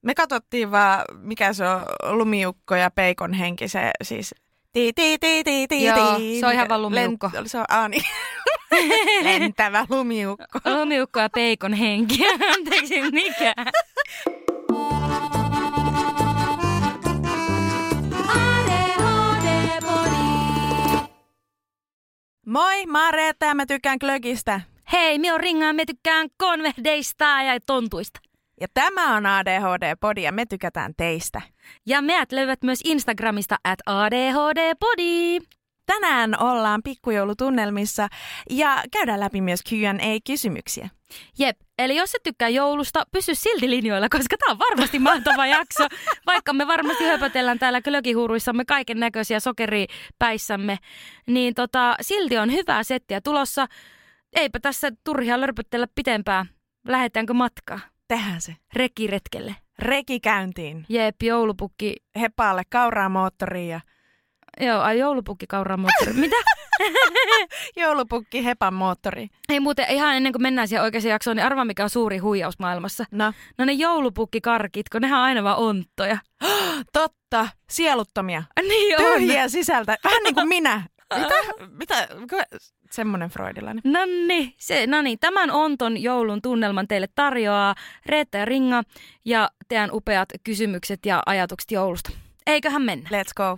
Me katsottiin vaan, mikä se on, Lumiukko ja Peikon henki, se siis Joo, se on ihan vaan Lumiukko. Se on niin. Lentävä lumiukko. Lumiukko ja Peikon henki. Anteeksi, mikä? Moi, mä oon Reetta ja mä tykkään Glögistä. Hei, minä oon Ringa ja mä tykkään konvehdeista ja tontuista. Ja tämä on ADHD-podi ja me tykätään teistä. Ja meidät löydät myös Instagramista @ADHD-podi. Tänään ollaan pikkujoulutunnelmissa ja käydään läpi myös Q&A-kysymyksiä. Jep, eli jos et tykkää joulusta, pysy silti linjoilla, koska tää on varmasti mahtava jakso. Vaikka me varmasti höpötellään täällä glögihuuruissamme kaiken näköisiä sokeripäissämme, niin silti on hyvää settiä tulossa. Eipä tässä turhia lörpöttellä pitempään. Lähdetäänkö matkaa? Tehdään se. Rekiretkelle. Rekikäyntiin. Jep, joulupukki. Hepaalle kauraa moottoriin ja... Joo, joulupukki kauraa moottoriin. Mitä? Joulupukki hepan moottoriin. Ei muuten, ihan ennen kuin mennään siihen oikeaan jaksoon, niin arvaa mikä on suuri huijaus maailmassa. No ne joulupukkikarkit, kun nehän on aina vaan onttoja. Totta, sieluttomia. Niin on. Tyhjiä sisältä, vähän niin kuin minä. Mitä? Semmoinen freudilainen. Noniin, tämän onton joulun tunnelman teille tarjoaa Reetta ja Ringa ja teidän upeat kysymykset ja ajatukset joulusta. Eiköhän mennä. Let's go.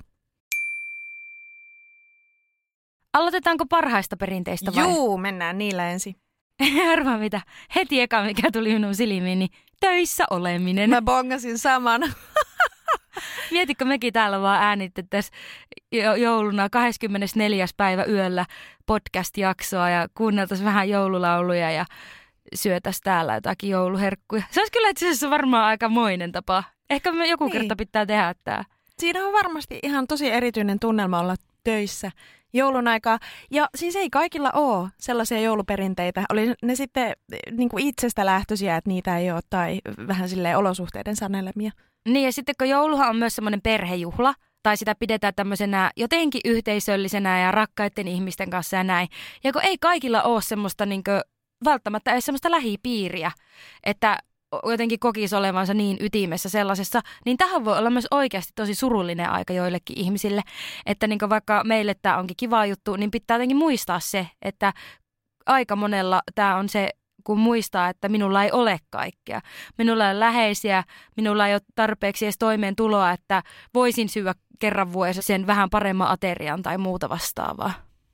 Aloitetaanko parhaista perinteistä vai? Juu, mennään niillä ensin. Arvaa mitä. Heti eka, mikä tuli minun silmiin, niin töissä oleminen. Mä bongasin saman. Mietitkö mekin täällä vaan äänitettäisiin jouluna 24. päivä yöllä podcast-jaksoa ja kuunneltaisiin vähän joululauluja ja syötäisiin täällä jotakin jouluherkkuja. Se olisi kyllä itse asiassa varmaan aikamoinen tapa. Ehkä me joku kerta pitää tehdä tämä. Siinä on varmasti ihan tosi erityinen tunnelma olla töissä joulun aikaa. Ja siis ei kaikilla ole sellaisia jouluperinteitä. Oli ne sitten niin kuin itsestä lähtöisiä, että niitä ei ole, tai vähän silleen olosuhteiden sanelemia. Niin ja sitten kun jouluhan on myös semmoinen perhejuhla, tai sitä pidetään tämmöisenä jotenkin yhteisöllisenä ja rakkaiden ihmisten kanssa ja näin. Ja kun ei kaikilla ole semmoista niin kuin, välttämättä edes semmoista lähipiiriä, että jotenkin kokisi olevansa niin ytimessä sellaisessa, niin tähän voi olla myös oikeasti tosi surullinen aika joillekin ihmisille. Että niin vaikka meille tämä onkin kiva juttu, niin pitää jotenkin muistaa se, että aika monella tämä on se, kun muistaa, että minulla ei ole kaikkea. Minulla ei ole läheisiä, minulla ei ole tarpeeksi edes toimeentuloa, että voisin syödä kerran vuodessa sen vähän paremman aterian tai muuta vastaavaa.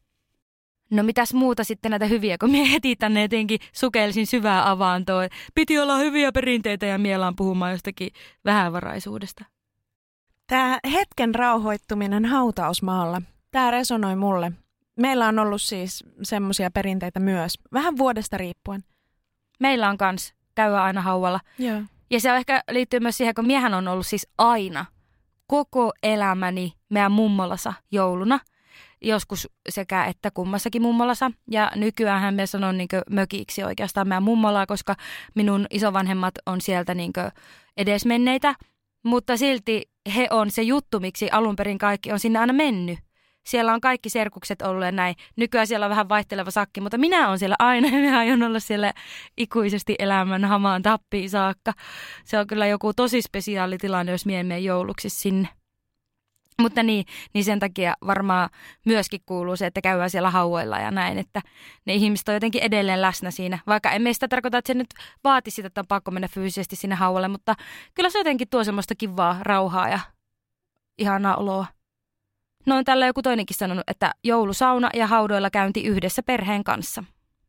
No mitäs muuta sitten näitä hyviä, kun minä heti tänne jotenkin sukelsin syvää avaantoon. Piti olla hyviä perinteitä ja mielään puhumaan jostakin vähävaraisuudesta. Tämä hetken rauhoittuminen hautausmaalla, tämä resonoi mulle. Meillä on ollut siis semmoisia perinteitä myös, vähän vuodesta riippuen. Meillä on kans käydä aina hauvalla. Joo. Ja se ehkä liittyy myös siihen, kun miehän on ollut siis aina koko elämäni meidän mummolassa jouluna. Joskus sekä että kummassakin mummolassa. Ja nykyäänhän me sanon mökiksi oikeastaan meidän mummolaa, koska minun isovanhemmat on sieltä edesmenneitä. Mutta silti he on se juttu, miksi alun perin kaikki on sinne aina mennyt. Siellä on kaikki serkukset ollut ja näin. Nykyään siellä on vähän vaihteleva sakki, mutta minä olen siellä aina ja minä aion olla siellä ikuisesti elämän hamaan tappiin saakka. Se on kyllä joku tosi spesiaali tilanne, jos mie mene jouluksi sinne. Mutta niin sen takia varmaan myöskin kuuluu se, että käydään siellä hauoilla ja näin, että ne ihmiset on jotenkin edelleen läsnä siinä. Vaikka emme sitä tarkoita, että se nyt vaatisi sitä, että on pakko mennä fyysisesti sinne hauolle, mutta kyllä se jotenkin tuo semmoista kivaa rauhaa ja ihanaa oloa. No on tällä joku toinenkin sanonut, että joulusauna ja haudoilla käynti yhdessä perheen kanssa.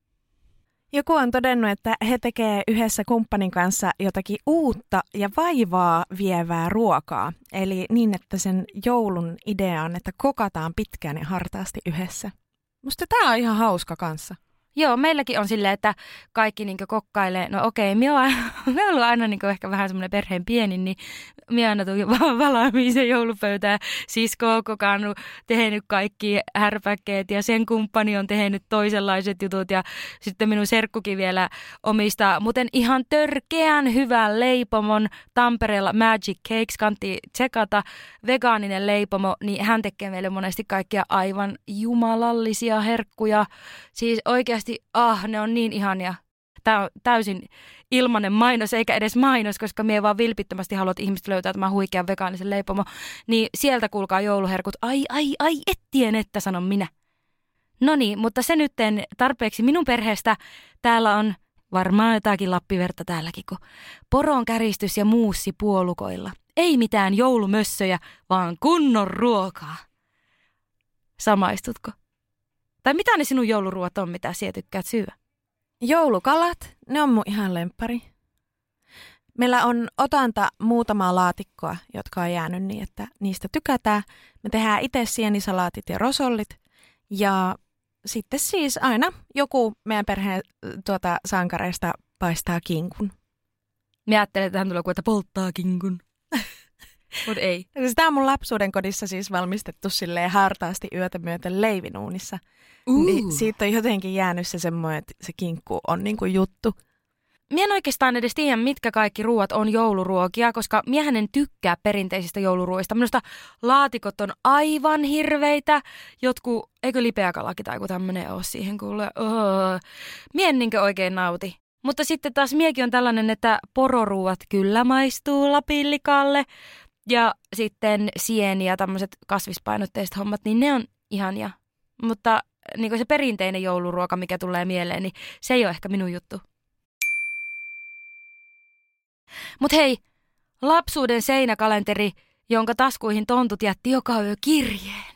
Joku on todennut, että he tekee yhdessä kumppanin kanssa jotakin uutta ja vaivaa vievää ruokaa. Eli niin, että sen joulun idea on, että kokataan pitkään ja hartaasti yhdessä. Musta tää on ihan hauska kanssa. Joo, meilläkin on silleen, että kaikki kokkailee. No okei, minä olen ollut aina ehkä vähän semmoinen perheen pieni, niin minä aina tulin vaan valaamiin joulupöytään. Sisko on kokannut, tehnyt kaikki härpäkkeet ja sen kumppani on tehnyt toisenlaiset jutut. Ja sitten minun serkkukin vielä omistaa, muuten ihan törkeän hyvän leipomon Tampereella Magic Cakes, kantti tsekata, vegaaninen leipomo, niin hän tekee meille monesti kaikkia aivan jumalallisia herkkuja. Siis oikeasti, ne on niin ihania. Tämä on täysin ilmainen mainos, eikä edes mainos, koska mie vaan vilpittömästi haluat ihmiset löytää tämän huikean vegaanisen leipomo. Niin sieltä kuulkaa jouluherkut. Ai, ettien että, sanon minä. No niin, mutta se nyt tarpeeksi minun perheestä. Täällä on varmaan jotakin lappiverta täälläkin, kun poron käristys ja muussi puolukoilla. Ei mitään joulumössöjä, vaan kunnon ruokaa. Samaistutko? Tai mitä ne sinun jouluruot on, mitä sinä tykkäät syödä? Joulukalat, ne on mun ihan lemppari. Meillä on otanta muutamaa laatikkoa, jotka on jäänyt niin, että niistä tykätään. Me tehdään itse sienisalaatit ja rosollit. Ja sitten siis aina joku meidän perheen sankareista paistaa kinkun. Mä ajattelen, että hän tulee että polttaa kinkun. Mut ei. Tämä on mun lapsuuden kodissa siis valmistettu silleen hartaasti yötä myöten leivinuunissa. Niin siitä on jotenkin jäänyt se semmoinen, että se kinkku on niinku juttu. Mie en oikeastaan edes tiedä, mitkä kaikki ruuat on jouluruokia, koska miehän en tykkää perinteisistä jouluruoista. Minusta laatikot on aivan hirveitä. Jotkut, eikö lipeäkalaki tai joku tämmöinen ole siihen kuule. Mie en niinkö oikein nauti. Mutta sitten taas miekin on tällainen, että pororuuat kyllä maistuu lapillikalle. Ja sitten sieni ja tämmöiset kasvispainotteiset hommat, niin ne on ihania. Mutta niin se perinteinen jouluruoka, mikä tulee mieleen, niin se ei ole ehkä minun juttu. Mut hei, lapsuuden seinäkalenteri, jonka taskuihin tontut jätti joka yö kirjeen.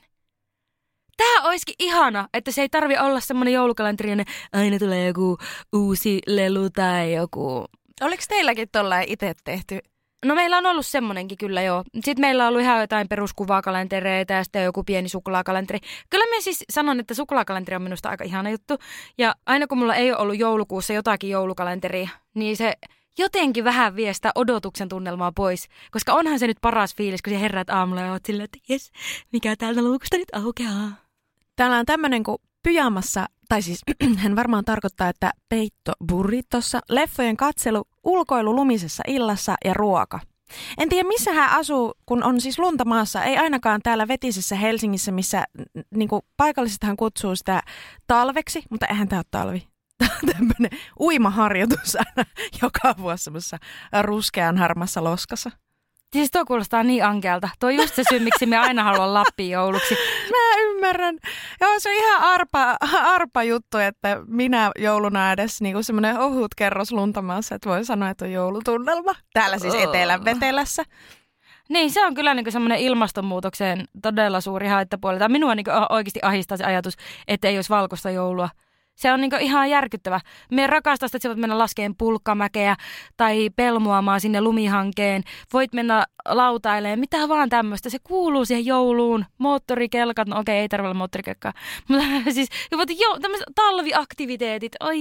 Tää olisikin ihana, että se ei tarvi olla semmoinen joulukalenteri, jonne aina tulee joku uusi lelu tai joku. Oliko teilläkin tollain itse tehty? No meillä on ollut semmonenkin kyllä joo. Sitten meillä on ollut ihan jotain peruskuvakalentereita ja sitten joku pieni suklaakalenteri. Kyllä mä siis sanon, että suklaakalenteri on minusta aika ihana juttu. Ja aina kun mulla ei ole ollut joulukuussa jotakin joulukalenteria, niin se jotenkin vähän vie sitä odotuksen tunnelmaa pois. Koska onhan se nyt paras fiilis, kun sä herät aamulla ja oot silleen, että jes, mikä täältä luukusta nyt aukeaa. Täällä on tämmönen kuin pyjamassa, tai siis hän varmaan tarkoittaa, että peitto burritossa, leffojen katselu, ulkoilu lumisessa illassa ja ruoka. En tiedä, missä hän asuu, kun on siis lunta maassa. Ei ainakaan täällä vetisessä Helsingissä, missä niinku, paikalliset hän kutsuu sitä talveksi, mutta eihän tämä ole talvi. Tämä on tämmöinen uimaharjoitus aina joka vuosi semmoisessa ruskean harmassa loskassa. Siis tuo kuulostaa niin ankealta. Tuo on just se syy, miksi me aina haluan Lappiin jouluksi. Mä ymmärrän. Joo, se on ihan arpa juttu, että minä jouluna edes niinku semmoinen ohut kerros luntamaassa, että voi sanoa, että on joulutunnelma. Täällä siis Etelä-Vetelässä. Niin, se on kyllä niinku semmoinen ilmastonmuutokseen todella suuri haittapuoli. Tai minua niinku oikeasti ahdistaa se ajatus, että ei olisi valkoista joulua. Se on niinku ihan järkyttävä. Me rakastaa sitä, että sä voit mennä laskeen pulkkamäkeä tai pelmuamaan sinne lumihankeen. Voit mennä lautailemaan, mitä vaan tämmöistä. Se kuuluu siihen jouluun. Moottorikelkat, no okei, ei tarvitse olla moottorikelkkaa. Mutta siis tämmöiset talviaktiviteetit. Ai.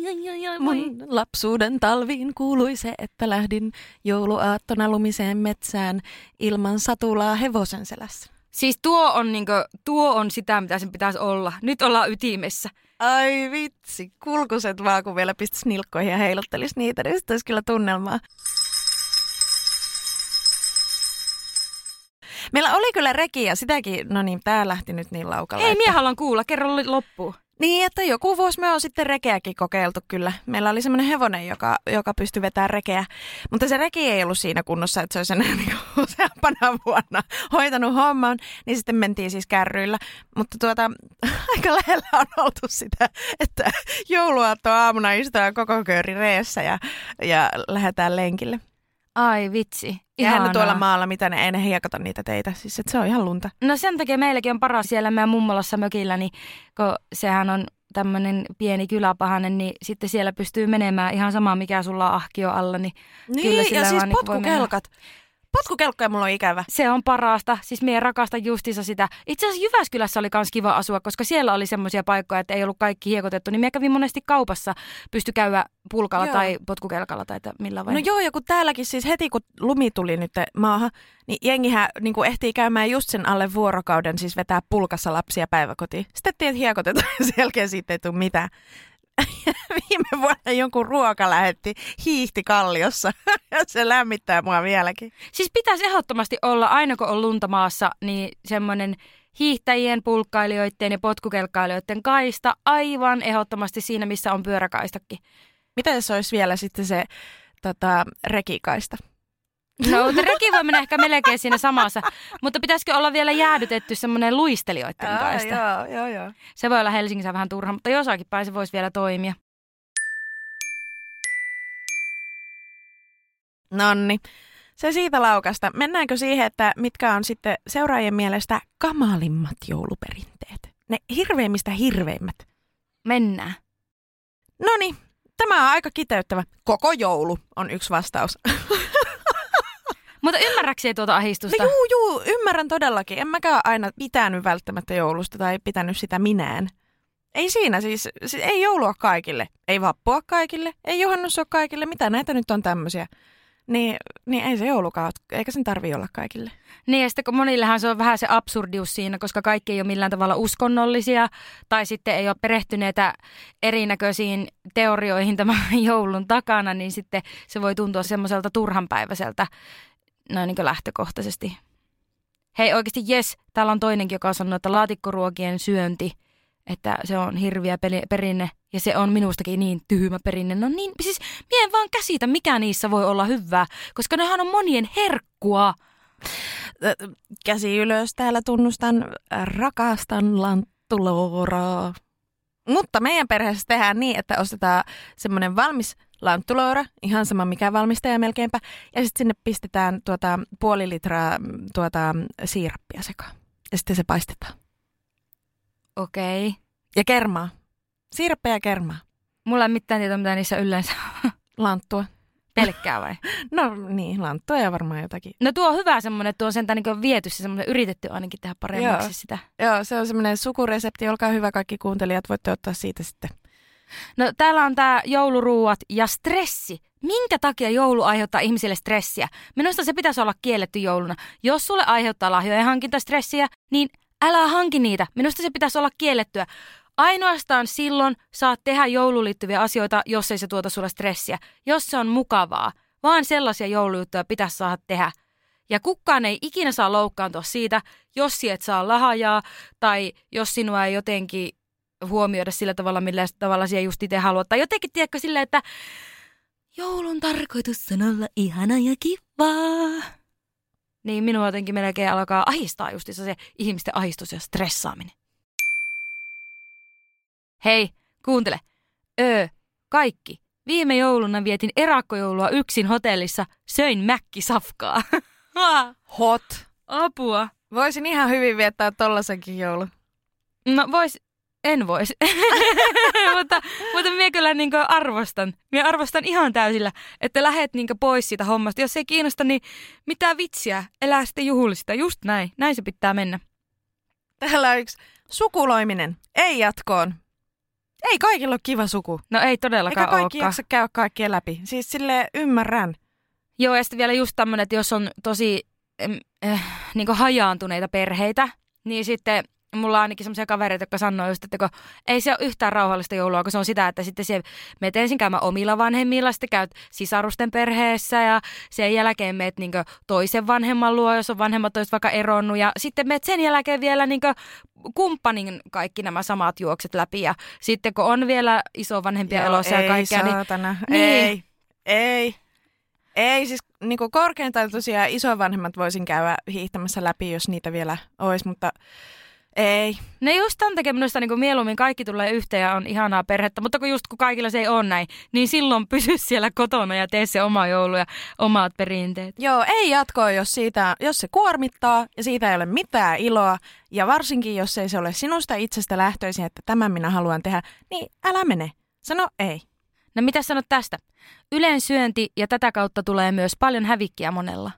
Mun lapsuuden talviin kuului se, että lähdin jouluaattona lumiseen metsään ilman satulaa hevosen selässä. Siis tuo on sitä, mitä sen pitäisi olla. Nyt ollaan ytimessä. Ai vitsi, kulkuset vaan, kun vielä pistäisi nilkkoihin ja heiluttelisi niitä, niin sitten olisi kyllä tunnelmaa. Meillä oli kyllä reki ja sitäkin, no niin, tää lähti nyt niin laukalle. Ei, minä haluan kuulla, kerro loppuun. Niin, että joku vuosi me on sitten rekeäkin kokeiltu kyllä. Meillä oli semmoinen hevonen, joka pystyi vetämään rekeä. Mutta se reki ei ollut siinä kunnossa, että se olisi enää niin useampana vuonna hoitanut homman. Niin sitten mentiin siis kärryillä. Mutta aika lähellä on oltu sitä, että jouluaattoaamuna istutaan koko köyri reessä ja lähdetään lenkille. Ai vitsi. Eihän tuolla maalla, mitä ne ei hiekata niitä teitä. Siis että se on ihan lunta. No sen takia meilläkin on paras siellä meidän mummolassa mökillä, niin kun sehän on tämmöinen pieni kyläpahanen, niin sitten siellä pystyy menemään ihan sama, mikä sulla on ahkio alla. Niin kyllä ja siis vaan potkukelkat. Potkukelkkoja mulla on ikävä. Se on parasta. Siis mie rakastan justiinsa sitä. Itse asiassa Jyväskylässä oli kans kiva asua, koska siellä oli semmoisia paikkoja, että ei ollut kaikki hiekotettu. Niin mie kävin monesti kaupassa, pysty käydä pulkalla tai potkukelkalla tai millä vai. No joo, ja kun täälläkin siis heti kun lumi tuli nyt maahan, niin jengihän niin ehtii käymään just sen alle vuorokauden, siis vetää pulkassa lapsia päiväkotiin. Sitten tiedät hiekotetaan ja sen jälkeen siitä ei tule mitään. Viime vuonna jonkun ruoka lähetti hiihti kalliossa ja se lämmittää mua vieläkin. Siis pitäisi ehdottomasti olla, aina kun on lunta maassa, niin semmoinen hiihtäjien, pulkkailijoiden ja potkukelkkailijoiden kaista aivan ehdottomasti siinä, missä on pyöräkaistakin. Miten se olisi vielä sitten se rekikaista? No, reki voi mennä ehkä melkein siinä samassa, mutta pitäisikö olla vielä jäädytetty semmoinen luistelijoiden kaista? Joo. Se voi olla Helsingissä vähän turha, mutta jossakin päin se voisi vielä toimia. Nonni, se siitä laukasta. Mennäänkö siihen, että mitkä on sitten seuraajien mielestä kamalimmat jouluperinteet? Ne hirveimmät. Mennään. Noniin, tämä on aika kiteyttävä. Koko joulu on yksi vastaus. Mutta ymmärräksä tuota ahdistusta? No, juu, ymmärrän todellakin. En mäkään aina pitänyt välttämättä joulusta tai pitänyt sitä minään. Ei siinä siis ei joulua kaikille, ei vappua kaikille, ei juhannus ole kaikille. Mitä näitä nyt on tämmöisiä? Niin ei se joulukaan, eikä sen tarvitse olla kaikille. Niin ja sitten kun monillehan se on vähän se absurdius siinä, koska kaikki ei ole millään tavalla uskonnollisia tai sitten ei ole perehtyneitä erinäköisiin teorioihin tämän joulun takana, niin sitten se voi tuntua semmoiselta turhanpäiväiseltä noin niin kuin lähtökohtaisesti. Hei oikeasti jes, täällä on toinenkin, joka sanoo, että laatikkoruokien syönti, että se on hirviä perinne ja se on minustakin niin tyhmä perinne. No niin, siis mie en vaan käsitä, mikä niissä voi olla hyvää, koska nehän on monien herkkua. Käsi ylös, täällä tunnustan, rakastan lanttulouraa. Mutta meidän perheessä tehdään niin, että ostetaan semmoinen valmis lanttuloura, ihan sama mikä valmistaja melkeinpä, ja sitten sinne pistetään puoli litraa siirappia sekaan. Ja sitten se paistetaan. Okei. Ja kermaa. Siirappia ja kermaa. Mulla ei mitään tietoa, mitä niissä yleensä on. Lanttua. Pelkkää vai? No niin, lanttua ja varmaan jotakin. No tuo on hyvä semmoinen, että tuo on sentään niin viety se semmoinen, yritetty ainakin tehdä paremmaksi sitä. Joo, se on semmoinen sukuresepti, olkaa hyvä kaikki kuuntelijat, voitte ottaa siitä sitten. No täällä on tää jouluruuat ja stressi. Minkä takia joulu aiheuttaa ihmisille stressiä? Minusta se pitäisi olla kielletty jouluna. Jos sulle aiheuttaa lahjojen hankinta stressiä, niin älä hanki niitä. Minusta se pitäisi olla kiellettyä. Ainoastaan silloin saat tehdä jouluun liittyviä asioita, jos ei se tuota sulle stressiä. Jos se on mukavaa, vaan sellaisia joulujuttuja pitäisi saada tehdä. Ja kukaan ei ikinä saa loukkaantua siitä, jos sinä et saa lahjaa tai jos sinua ei jotenkin huomioida sillä tavalla, millä tavalla sinä just itse haluat. Tai jotenkin tiedätkö silleen, että joulun tarkoitus on olla ihana ja kivaa. Niin minua jotenkin melkein alkaa ahistaa justissa se ihmisten ahistus ja stressaaminen. Hei, kuuntele. Kaikki. Viime jouluna vietin erakkojoulua yksin hotellissa, söin mäkkisafkaa. Hot. Apua. Voisin ihan hyvin viettää tollasenkin joulu. No en vois. mutta minä kyllä niinku arvostan. Minä arvostan ihan täysillä, että lähet niinku pois siitä hommasta. Jos ei kiinnosta, niin mitä vitsiä, elää sitten juhlista. Just näin. Näin se pitää mennä. Täällä on yksi sukuloiminen. Ei jatkoon. Ei kaikilla ole kiva suku. No ei todellakaan eikä kaikki jaksa käydä kaikkea läpi. Siis silleen ymmärrän. Joo, ja sitten vielä just tämmöinen, että jos on tosi niinku hajaantuneita perheitä, niin sitten mulla on ainakin semmoisia kavereita, jotka sanoo just, että ei se ole yhtään rauhallista joulua, kun se on sitä, että sitten meet ensin käymään omilla vanhemmilla, sitten käyt sisarusten perheessä ja sen jälkeen meet niinku toisen vanhemman luo, jos on vanhemmat olisi vaikka eronnut ja sitten meet sen jälkeen vielä niinku kumppanin kaikki nämä samat juokset läpi ja sitten kun on vielä isovanhempia elossa ja kaikkea, niin Ei, siis niinku korkeintaan tosiaan isovanhemmat voisin käydä hiihtämässä läpi, jos niitä vielä olisi, mutta ei. Ne just tämän takia minusta niin mieluummin kaikki tulee yhteen ja on ihanaa perhettä, mutta kun kaikilla se ei ole näin, niin silloin pysy siellä kotona ja tee se oma joulu ja omat perinteet. Joo, ei jatkoa, jos se kuormittaa ja siitä ei ole mitään iloa ja varsinkin, jos ei se ole sinusta itsestä lähtöisin, että tämän minä haluan tehdä, niin älä mene. Sano ei. No mitä sanot tästä? Ylen syönti ja tätä kautta tulee myös paljon hävikkiä monella.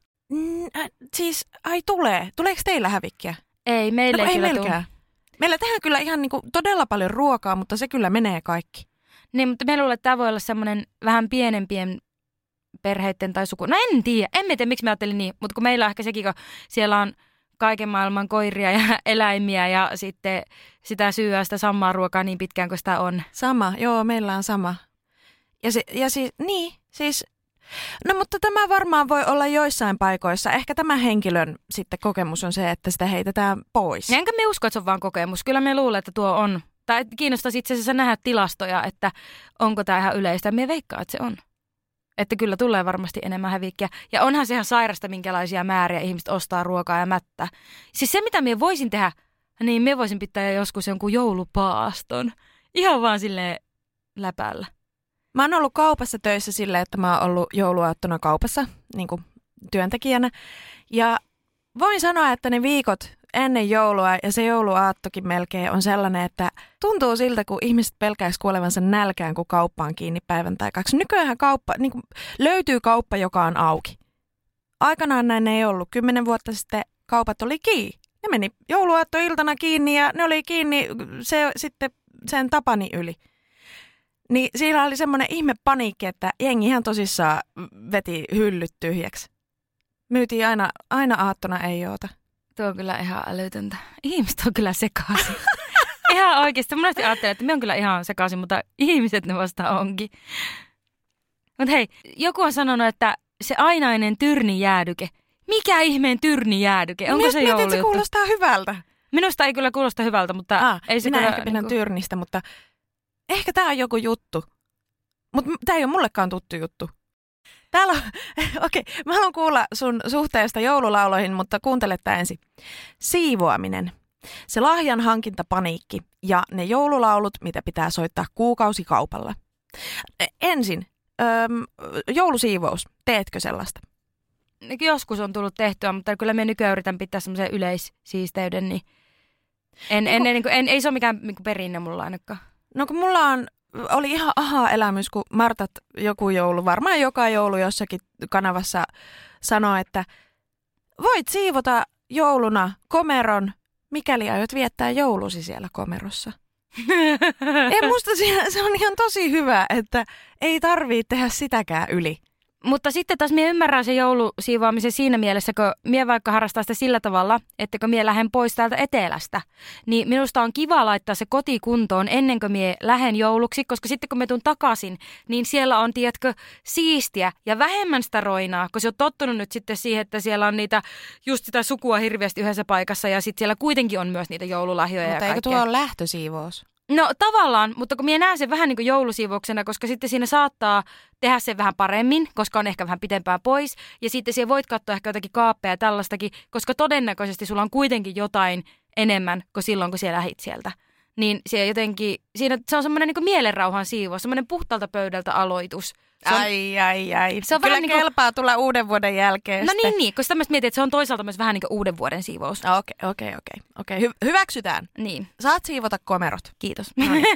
Siis, tulee. Tuleeko teillä hävikkiä? Ei, meillä ei kyllä tule. Meillä tehdään kyllä ihan niinku todella paljon ruokaa, mutta se kyllä menee kaikki. Niin, mutta me luulen, että tämä voi olla semmoinen vähän pienempien perheiden tai suku. No en tiedä, miksi mä ajattelin niin, mutta kun meillä on ehkä sekin, kun siellä on kaiken maailman koiria ja eläimiä ja sitten sitä syyä sitä samaa ruokaa niin pitkään kuin sitä on. Sama, joo, meillä on sama. No mutta tämä varmaan voi olla joissain paikoissa. Ehkä tämän henkilön sitten kokemus on se, että sitä heitetään pois. Enkä me usko, että se on vaan kokemus. Kyllä me luulen, että tuo on Tai kiinnostaisi itse asiassa nähdä tilastoja, että onko tämä ihan yleistä. Mie veikkaan, että se on. Että kyllä tulee varmasti enemmän hävikkiä. Ja onhan se ihan sairasta, minkälaisia määriä ihmiset ostaa ruokaa ja mättä. Siis se, mitä mie voisin tehdä, niin mie voisin pitää joskus jonkun joulupaaston. Ihan vaan silleen läpällä. Mä oon ollut kaupassa töissä silleen, että mä oon ollut jouluaattona kaupassa niin kuin työntekijänä. Ja voin sanoa, että ne viikot ennen joulua ja se jouluaattokin melkein on sellainen, että tuntuu siltä, kun ihmiset pelkäisi kuolevansa nälkään, kun kauppa on kiinni päivän tai kaksi. Nykyään kauppa, niin kuin löytyy kauppa, joka on auki. Aikanaan näin ei ollut. 10 vuotta sitten kaupat oli kiinni. Ne meni jouluaattoiltana kiinni ja ne oli kiinni sitten sen Tapani yli. Niin siinä oli semmoinen ihme paniikki, että jengi ihan tosissaan veti hyllyt tyhjäksi. Myytiin aina aattona ei oota. Tuo on kyllä ihan älytöntä. Ihmiset on kyllä sekaisin. Ihan oikeasti. Monesti ajattelen, että me on kyllä ihan sekaisin, mutta ihmiset ne vasta onkin. Mutta hei, joku on sanonut, että se ainainen tyrnijäädyke. Mikä ihmeen tyrnijäädyke? Onko se joulujuttu? Se kuulostaa hyvältä. Minusta ei kyllä kuulosta hyvältä, mutta ei se minä kyllä... ehkä pidän tyrnistä, mutta ehkä tämä on joku juttu. Mutta tämä ei ole mullekaan tuttu juttu. Täällä on, okei, mä haluan kuulla sun suhteesta joululauloihin, mutta kuuntele tämä ensin. Siivoaminen, se lahjan hankintapaniikki ja ne joululaulut, mitä pitää soittaa kuukausikaupalla. Ensin, joulusiivous, teetkö sellaista? Joskus on tullut tehtyä, mutta kyllä me nykyään yritän pitää semmoisen yleissiisteyden, niin ei se ole mikään perinne mulla ainakaan. No kun oli ihan aha-elämys, kun Martat joku joulu, varmaan joka joulu jossakin kanavassa sanoi, että voit siivota jouluna komeron, mikäli aiot viettää joulusi siellä komerossa. Musta se on ihan tosi hyvä, että ei tarvitse tehdä sitäkään yli. Mutta sitten taas mie ymmärrän sen joulusiivoamisen siinä mielessä, kun mie vaikka harrastaa sitä sillä tavalla, että kun mie lähden pois täältä etelästä, niin minusta on kiva laittaa se kotikuntoon ennen kuin mie lähden jouluksi, koska sitten kun me tuun takaisin, niin siellä on, tiedätkö, siistiä ja vähemmän sitä roinaa, kun se on tottunut nyt sitten siihen, että siellä on niitä, just sitä sukua hirveästi yhdessä paikassa ja sitten siellä kuitenkin on myös niitä joululahjoja mutta ja kaikkea. Mutta eikö tuo ole lähtösiivous? No tavallaan, mutta kun minä näen sen vähän niin kuin joulusiivouksena, koska sitten siinä saattaa tehdä sen vähän paremmin, koska on ehkä vähän pitempää pois. Ja sitten siellä voit katsoa ehkä jotakin kaappeja ja tällaistakin, koska todennäköisesti sulla on kuitenkin jotain enemmän kuin silloin, kun siellä lähit sieltä. Niin se jotenkin, se on semmoinen niin kuin mielenrauhan siivous, semmoinen puhtaalta pöydältä aloitus. Ai. Se on kyllä vähän kelpaa tulla uuden vuoden jälkeen. No niin, koska tämmöistä mietin, että se on toisaalta myös vähän niin kuin uuden vuoden siivous. Okei. Hyväksytään. Niin. Saat siivota komerot. Kiitos.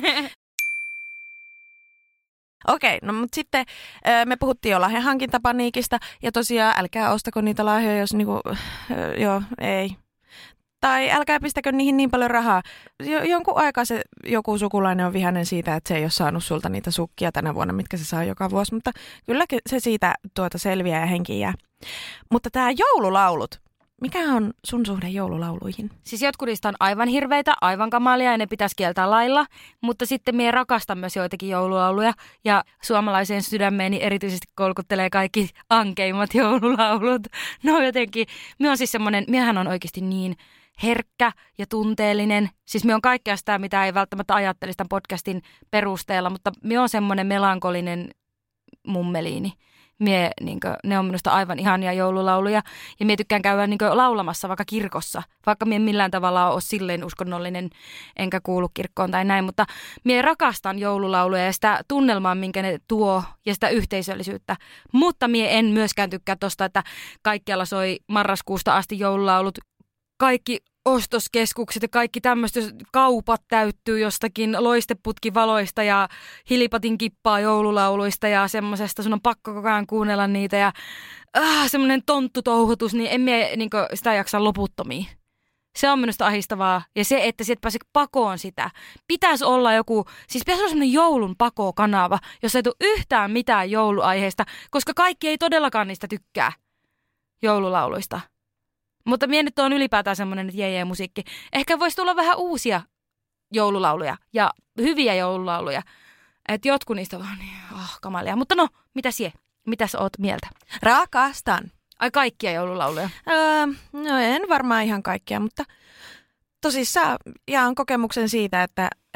Okei, no mutta sitten me puhuttiin jo lahjahankintapaniikista ja tosiaan älkää ostako niitä lahjoja, jos ei. Tai älkää pistäkö niihin niin paljon rahaa. Jonkun aikaa se joku sukulainen on vihainen siitä, että se ei ole saanut sulta niitä sukkia tänä vuonna, mitkä se saa joka vuosi. Mutta kyllä se siitä selviää ja henkiin jää. Mutta tämä joululaulut. Mikä on sun suhde joululauluihin? Siis jotkut niistä on aivan hirveitä, aivan kamalia ja ne pitäisi kieltää lailla. Mutta sitten minä rakastan myös joitakin joululauluja. Ja suomalaiseen sydämeeni erityisesti kolkuttelee kaikki ankeimmat joululaulut. No jotenkin, miehän on oikeasti niin herkkä ja tunteellinen. Siis minä on kaikkea sitä, mitä ei välttämättä ajattelisi tämän podcastin perusteella, mutta minä on semmoinen melankolinen mummeliini. Ne on minusta aivan ihania joululauluja ja minä tykkään käydä laulamassa vaikka kirkossa, vaikka minä millään tavalla ole silleen uskonnollinen enkä kuulu kirkkoon tai näin, mutta minä rakastan joululauluja ja sitä tunnelmaa, minkä ne tuo ja sitä yhteisöllisyyttä, mutta minä en myöskään tykkää tosta, että kaikkialla soi marraskuusta asti joululaulut, kaikki ostoskeskukset ja kaikki tämmöistä kaupat täyttyy jostakin loisteputkivaloista ja hilipatin kippaa joululauluista ja semmoisesta, sun on pakko koko ajan kuunnella niitä ja semmoinen tonttutouhutus, niin en mie sitä jaksa loputtomiin. Se on minusta ahistavaa ja se, että sieltä pääsee pakoon sitä. Pitäisi olla semmoinen joulun pakokanava, jossa ei tule yhtään mitään jouluaiheesta, koska kaikki ei todellakaan niistä tykkää joululauluista. Mutta minä nyt on ylipäätään semmoinen, että jee musiikki. Ehkä voisi tulla vähän uusia joululauluja ja hyviä joululauluja. Että jotkut niistä vaan niin, kamalia. Mutta no, mitäs oot mieltä? Rakastan. Ai kaikkia joululauluja? No en varmaan ihan kaikkia, mutta tosissaan jaan kokemuksen siitä, että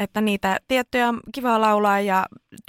että niitä tiettyjä on kiva laulaa ja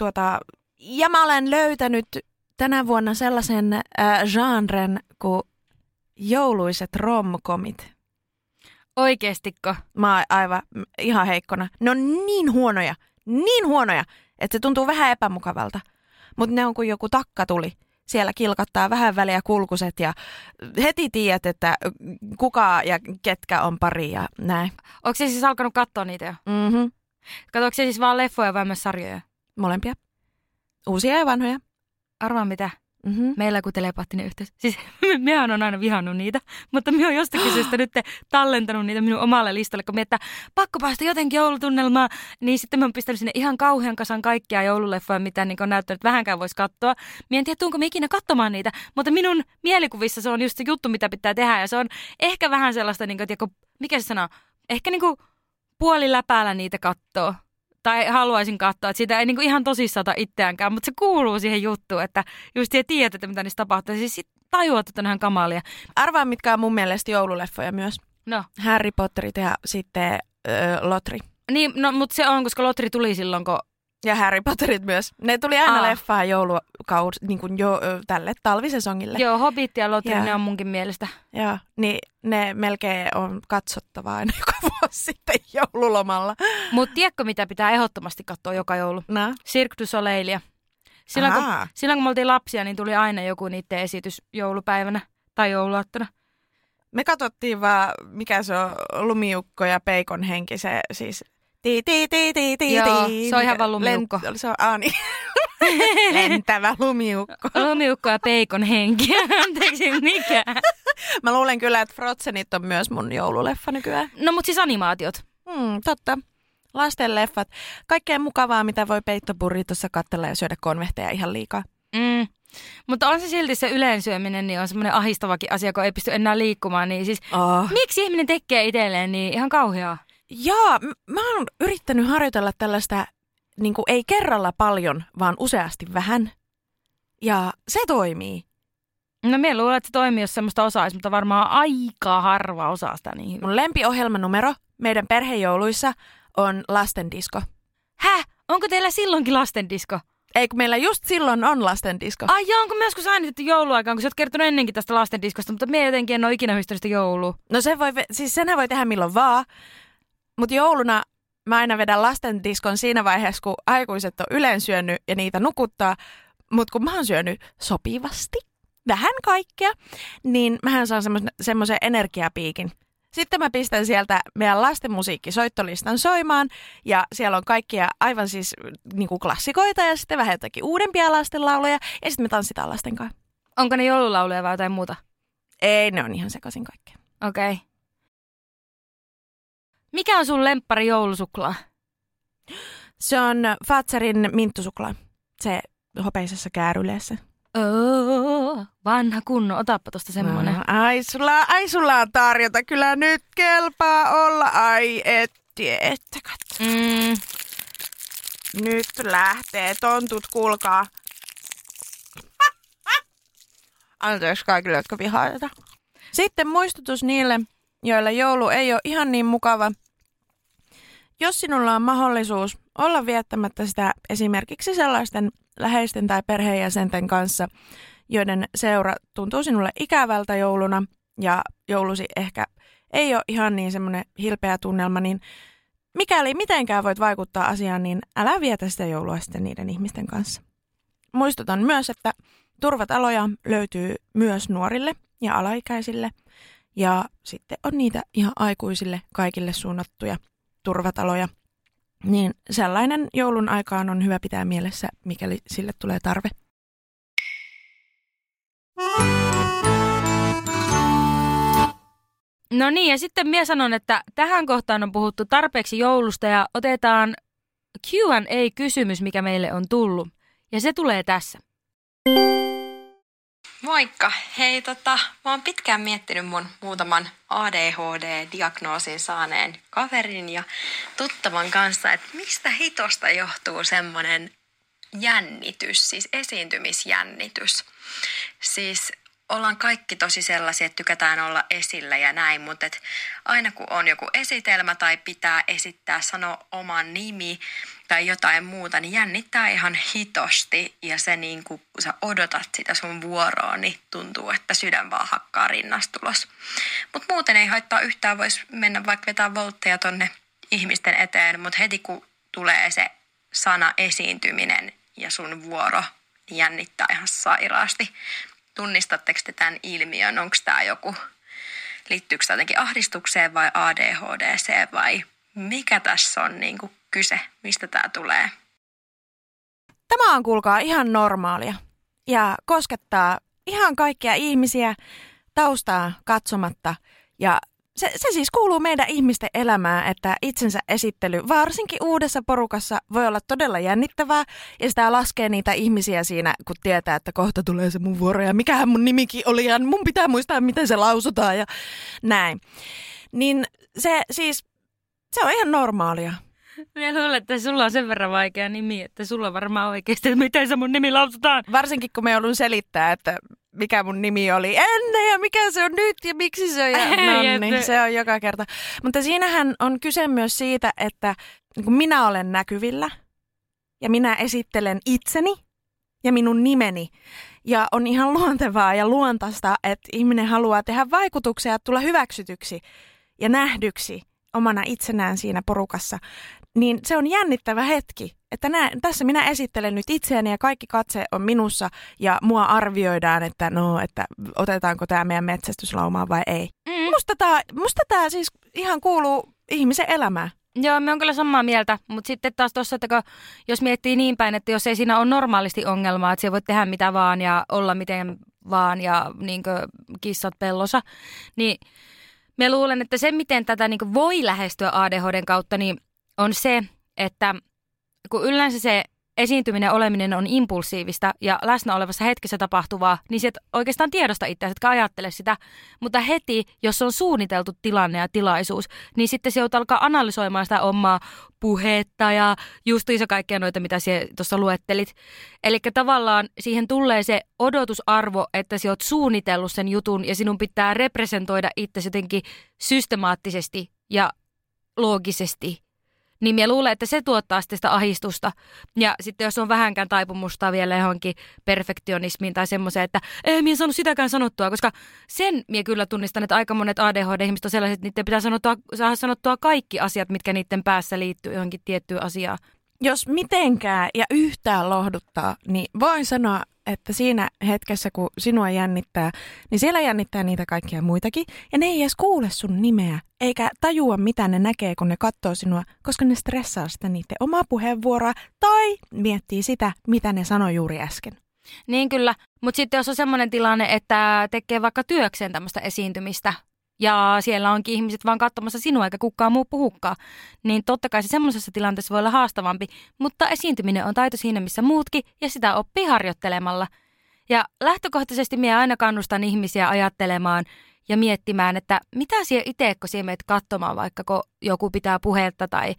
ja mä olen löytänyt tänä vuonna sellaisen genren kuin jouluiset romkomit. Oikeestikko? Mä oon aivan ihan heikkona. Ne on niin huonoja, että se tuntuu vähän epämukavalta. Mutta ne on kuin joku takkatuli. Siellä kilkottaa vähän väliä kulkuset ja heti tiedät, että kuka ja ketkä on pari ja näin. Onko se siis alkanut katsoa niitä jo? Mhm. Katsoiko se siis vaan leffoja vai myös sarjoja? Molempia. Uusia ja vanhoja. Arvaa mitä? Mhm. Meillä on telepaattinen yhteys. Siis minähän on aina vihannut niitä, mutta minä olen jostakin syystä nyt tallentanut niitä minun omalle listalle, kun minä, että pakko päästä jotenkin joulutunnelmaan, niin sitten minä olen pistänyt sinne ihan kauhean kasan kaikkia joululeffoja, mitä niin on näyttänyt, että vähänkään voisi katsoa. Minä en tiedä, tuunko minä ikinä katsomaan niitä, mutta minun mielikuvissa se on just se juttu, mitä pitää tehdä, ja se on ehkä vähän sellaista, niin kuin, mikä se sanoo, ehkä niin kuin puoliläpäällä niitä kattoo. Tai haluaisin katsoa, että siitä ei niinku ihan tosissaan ota itseäänkään, mutta se kuuluu siihen juttuun, että just tiedät, että mitä niissä tapahtuu. Siis tajuat, että on ihan kamalia. Arvaa, mitkä on mun mielestä joululeffoja myös. No. Harry Potterit ja sitten Lotri. Niin, no, mutta se on, koska Lotri tuli silloin, kun... Ja Harry Potterit myös. Ne tuli aina leffaan niin kuin tälle talvisesongille. Joo, Hobbit ja Lotri, ne on munkin mielestä. Joo, niin ne melkein on katsottavaa aina joka vuosi sitten joululomalla. Mutta tiedätkö, mitä pitää ehdottomasti katsoa joka joulu? No. Cirque du Soleilia. Silloin kun me oltiin lapsia, niin tuli aina joku niiden esitys joulupäivänä tai jouluaattona. Me katsottiin vaan, mikä se on, Lumiukko ja Peikon henki, se siis... Joo, se on ihan vaan lumiukko. Se on Aani. Lentävä lumiukko. Lumiukko ja Peikon henki. Anteeksi, mikä? Mä luulen kyllä, että Frozenit on myös mun joululeffa nykyään. No mut siis animaatiot. Totta. Lastenleffat. Kaikkea mukavaa, mitä voi peittoburritossa katsella ja syödä konvehteja ihan liikaa. Mutta on se silti se yleensyöminen, niin on semmoinen ahistavakin asia, kun ei pysty enää liikkumaan. Niin siis miksi ihminen tekee itselleen niin ihan kauheaa? Joo, mä oon yrittänyt harjoitella tällaista, niin kuin ei kerralla paljon, vaan useasti vähän. Ja se toimii. No minä luulen, että se toimii, jos semmoista osaisi, mutta varmaan aika harva osaa sitä niin hyvin. Mun lempiohjelmanumero meidän perhejouluissa on lastendisko. Häh? Onko teillä silloinkin lastendisko? Ei, kun meillä just silloin on lastendisko. Ai joo, onko me joskus äänitetty jouluaikaan, kun sä oot kertonut ennenkin tästä lastendiskosta, mutta minä jotenkin en ole ikinä hystänyt sitä joulua. No senhän voi tehdä milloin vaan. Mutta jouluna mä aina vedän lastendiskon siinä vaiheessa, kun aikuiset on yleensyönyt ja niitä nukuttaa. Mutta kun mä oon syönyt sopivasti, vähän kaikkea, niin mähän saan semmoisen energiapiikin. Sitten mä pistän sieltä meidän lastenmusiikkisoittolistan soimaan ja siellä on kaikkia aivan siis niinku klassikoita ja sitten vähän jotakin uudempia lastenlauluja ja sitten me tanssitaan lasten kanssa. Onko ne joululauluja vai jotain muuta? Ei, ne on ihan sekaisin kaikkea. Okei. Okay. Mikä on sun lemppari joulusuklaa? Se on Fazerin minttusuklaa. Se hopeisessa kääryleessä. Vanha kunno, otappa tosta semmonen. No, ai sulla on tarjota, kyllä nyt kelpaa olla, ai että katso. Nyt lähtee, tontut kuulkaa. Anteeksi kaikille, jotka vihaa tätä. Sitten muistutus niille, joilla joulu ei ole ihan niin mukava. Jos sinulla on mahdollisuus olla viettämättä sitä esimerkiksi sellaisten läheisten tai perheenjäsenten kanssa, joiden seura tuntuu sinulle ikävältä jouluna ja joulusi ehkä ei ole ihan niin semmoinen hilpeä tunnelma, niin mikäli mitenkään voit vaikuttaa asiaan, niin älä vietä sitä joulua sitten niiden ihmisten kanssa. Muistutan myös, että turvataloja löytyy myös nuorille ja alaikäisille ja sitten on niitä ihan aikuisille kaikille suunnattuja turvataloja. Niin sellainen joulun aikaan on hyvä pitää mielessä, mikäli sille tulee tarve. No niin, ja sitten minä sanon, että tähän kohtaan on puhuttu tarpeeksi joulusta ja otetaan Q&A-kysymys, mikä meille on tullut. Ja se tulee tässä. Moikka! Hei, mä oon pitkään miettinyt mun muutaman ADHD-diagnoosin saaneen kaverin ja tuttavan kanssa, että mistä hitosta johtuu semmonen jännitys, siis esiintymisjännitys. Siis ollaan kaikki tosi sellaisia, että tykätään olla esillä ja näin, mutta aina kun on joku esitelmä tai pitää esittää, sanoa oman nimi tai jotain muuta, niin jännittää ihan hitosti ja se niin kun sä odotat sitä sun vuoroa, niin tuntuu, että sydän vaan hakkaa rinnastulos. Mutta muuten ei haittaa yhtään, voisi mennä vaikka vetää voltteja tonne ihmisten eteen, mutta heti kun tulee se sana esiintyminen ja sun vuoro, niin jännittää ihan sairaasti. Tunnistatteko te tämän ilmiön? Onko tämä joku, liittyykö tämä jotenkin ahdistukseen vai ADHD:seen vai mikä tässä on niin kuin kyse? Mistä tämä tulee? Tämä on, kuulkaa, ihan normaalia ja koskettaa ihan kaikkia ihmisiä taustaa katsomatta. Ja se siis kuuluu meidän ihmisten elämään, että itsensä esittely, varsinkin uudessa porukassa, voi olla todella jännittävää. Ja sitä laskee niitä ihmisiä siinä, kun tietää, että kohta tulee se mun vuoro ja mikähän mun nimikin oli ja mun pitää muistaa, miten se lausutaan ja näin. Niin se on ihan normaalia. Minä luulen, että sulla on sen verran vaikea nimi, että sulla on varmaan oikeasti, että miten se mun nimi lausutaan. Varsinkin kun me joudun selittää, että mikä mun nimi oli ennen ja mikä se on nyt ja miksi se on. Ja no niin, se on joka kerta. Mutta siinähän on kyse myös siitä, että kun minä olen näkyvillä ja minä esittelen itseni ja minun nimeni. Ja on ihan luontevaa ja luontaista, että ihminen haluaa tehdä vaikutuksia ja tulla hyväksytyksi ja nähdyksi omana itsenään siinä porukassa. Niin se on jännittävä hetki, että tässä minä esittelen nyt itseäni ja kaikki katse on minussa ja mua arvioidaan, että otetaanko tämä meidän metsästyslaumaan vai ei. Musta tämä siis ihan kuuluu ihmisen elämään. Joo, me on kyllä samaa mieltä, mutta sitten taas tuossa, että jos miettii niin päin, että jos ei siinä ole normaalisti ongelmaa, että se voi tehdä mitä vaan ja olla miten vaan ja niin kuin kissat pellossa, niin me luulen, että se, miten tätä niin kuin voi lähestyä ADHDn kautta, niin on se, että kun yleensä se esiintyminen ja oleminen on impulsiivista ja läsnä olevassa hetkessä tapahtuvaa, niin se oikeastaan tiedosta itseäsi, etkä ajattele sitä. Mutta heti, jos on suunniteltu tilanne ja tilaisuus, niin sitten se joutuu alkaa analysoimaan sitä omaa puhetta ja justiinsa kaikkea noita, mitä sinä tuossa luettelit. Eli tavallaan siihen tulee se odotusarvo, että sinä olet suunnitellut sen jutun ja sinun pitää representoida itsesi jotenkin systemaattisesti ja loogisesti. Niin minä luulen, että se tuottaa sitä ahdistusta. Ja sitten jos on vähänkään taipumusta vielä johonkin perfektionismiin tai semmoiseen, että ei minä saanut sitäkään sanottua, koska sen minä kyllä tunnistan, että aika monet ADHD-ihmiset on sellaiset, että niiden pitää saada sanottua kaikki asiat, mitkä niiden päässä liittyy johonkin tiettyyn asiaan. Jos mitenkään ja yhtään lohduttaa, niin voin sanoa, että siinä hetkessä, kun sinua jännittää, niin siellä jännittää niitä kaikkia muitakin. Ja ne ei edes kuule sun nimeä, eikä tajua, mitä ne näkee, kun ne katsoo sinua, koska ne stressaa sitä niiden omaa puheenvuoroa tai miettii sitä, mitä ne sanoi juuri äsken. Niin kyllä, mutta sitten jos on semmoinen tilanne, että tekee vaikka työkseen tämmöistä esiintymistä, ja siellä onkin ihmiset vaan katsomassa sinua eikä kukaan muu puhukaan, niin totta kai se semmoisessa tilanteessa voi olla haastavampi, mutta esiintyminen on taito siinä missä muutkin ja sitä oppii harjoittelemalla. Ja lähtökohtaisesti minä aina kannustan ihmisiä ajattelemaan ja miettimään, että mitä siellä itse, kun siellä meet katsomaan vaikka kun joku pitää puhetta tai